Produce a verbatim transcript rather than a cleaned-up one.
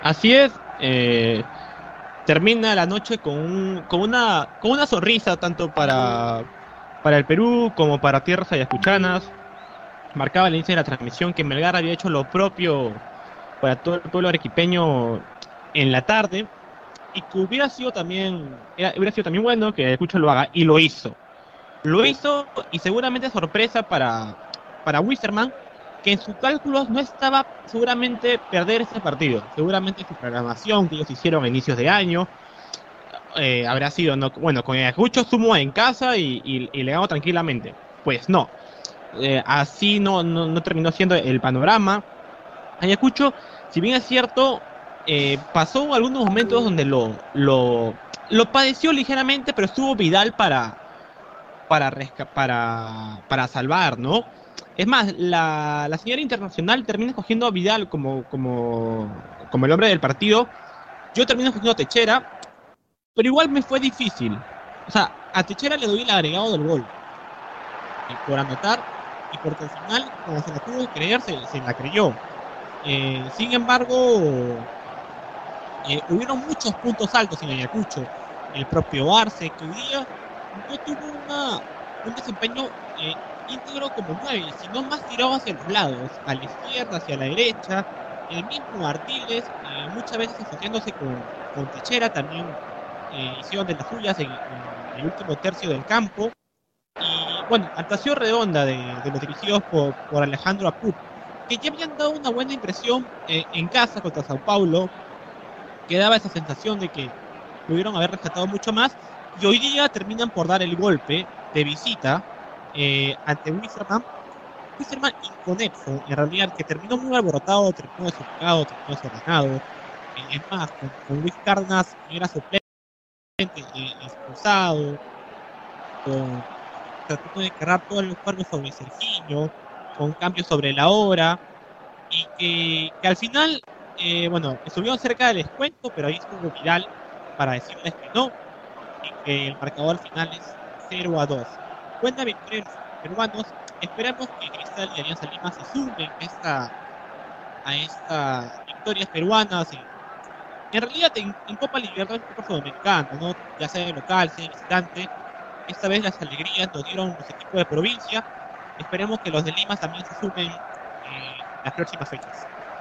Así es, eh, termina la noche con, un- con una, con una sonrisa tanto para, para el Perú como para tierras ayacuchanas. Marcaba el inicio de la transmisión que Melgar había hecho lo propio para todo el pueblo arequipeño en la tarde y que hubiera sido también, era- hubiera sido también bueno que Ayacucho lo haga y lo hizo. Lo hizo y seguramente sorpresa para, para Wisterman, que en sus cálculos no estaba seguramente perder este partido. Seguramente su programación que ellos hicieron a inicios de año eh, habrá sido, no, bueno, con Ayacucho sumo en casa y, y- y le ganó tranquilamente. Pues no, eh, así no, no, no terminó siendo el panorama. Ayacucho, si bien es cierto, eh, pasó algunos momentos donde lo, lo, lo padeció ligeramente, pero estuvo Vidal para para, resca- para, para salvar, ¿no? Es más, la, la señora internacional termina escogiendo a Vidal como, como, como el hombre del partido. Yo termino escogiendo a Techera, pero igual me fue difícil. O sea, a Techera le doy el agregado del gol eh, por anotar y porque al final, como se la tuvo que creer, se, se la creyó. Eh, sin embargo, eh, hubieron muchos puntos altos en Ayacucho. El propio Arce, que hoy día no tuvo una, un desempeño eh, íntegro como nueve, sino más tirado hacia los lados, a la izquierda, hacia la derecha. El mismo Artiles, eh, muchas veces asociándose con, con Techera, también eh, hicieron de las suyas en, en el último tercio del campo. Y bueno, actuación redonda de, de los dirigidos por, por Alejandro Apud, que ya habían dado una buena impresión eh, en casa contra Sao Paulo, que daba esa sensación de que pudieron haber rescatado mucho más y hoy día terminan por dar el golpe de visita eh, ante Wisterman. Wisterman inconexo, en realidad, que terminó muy alborotado, terminó desubicado, terminó desordenado. Eh, es más, con, con Luis Cárdenas era suplente, eh, expulsado, con, tratando de cargar todos los cargos sobre Serginho, con cambios sobre la hora, y que, que al final, eh, bueno, estuvieron cerca del descuento, pero ahí estuvo Vidal para decirles que no, y que el marcador final es cero a dos. Buena victoria de los peruanos. Esperamos que Cristal y Alianza Lima se sumen a esta, a estas victorias peruanas. En, en realidad, en, en Copa Libertadores y Copa Sudamericana, ¿no? Ya sea de local, sea de visitante. Esta vez las alegrías nos dieron los equipos de provincia. Esperemos que los de Lima también se sumen eh, las próximas fechas.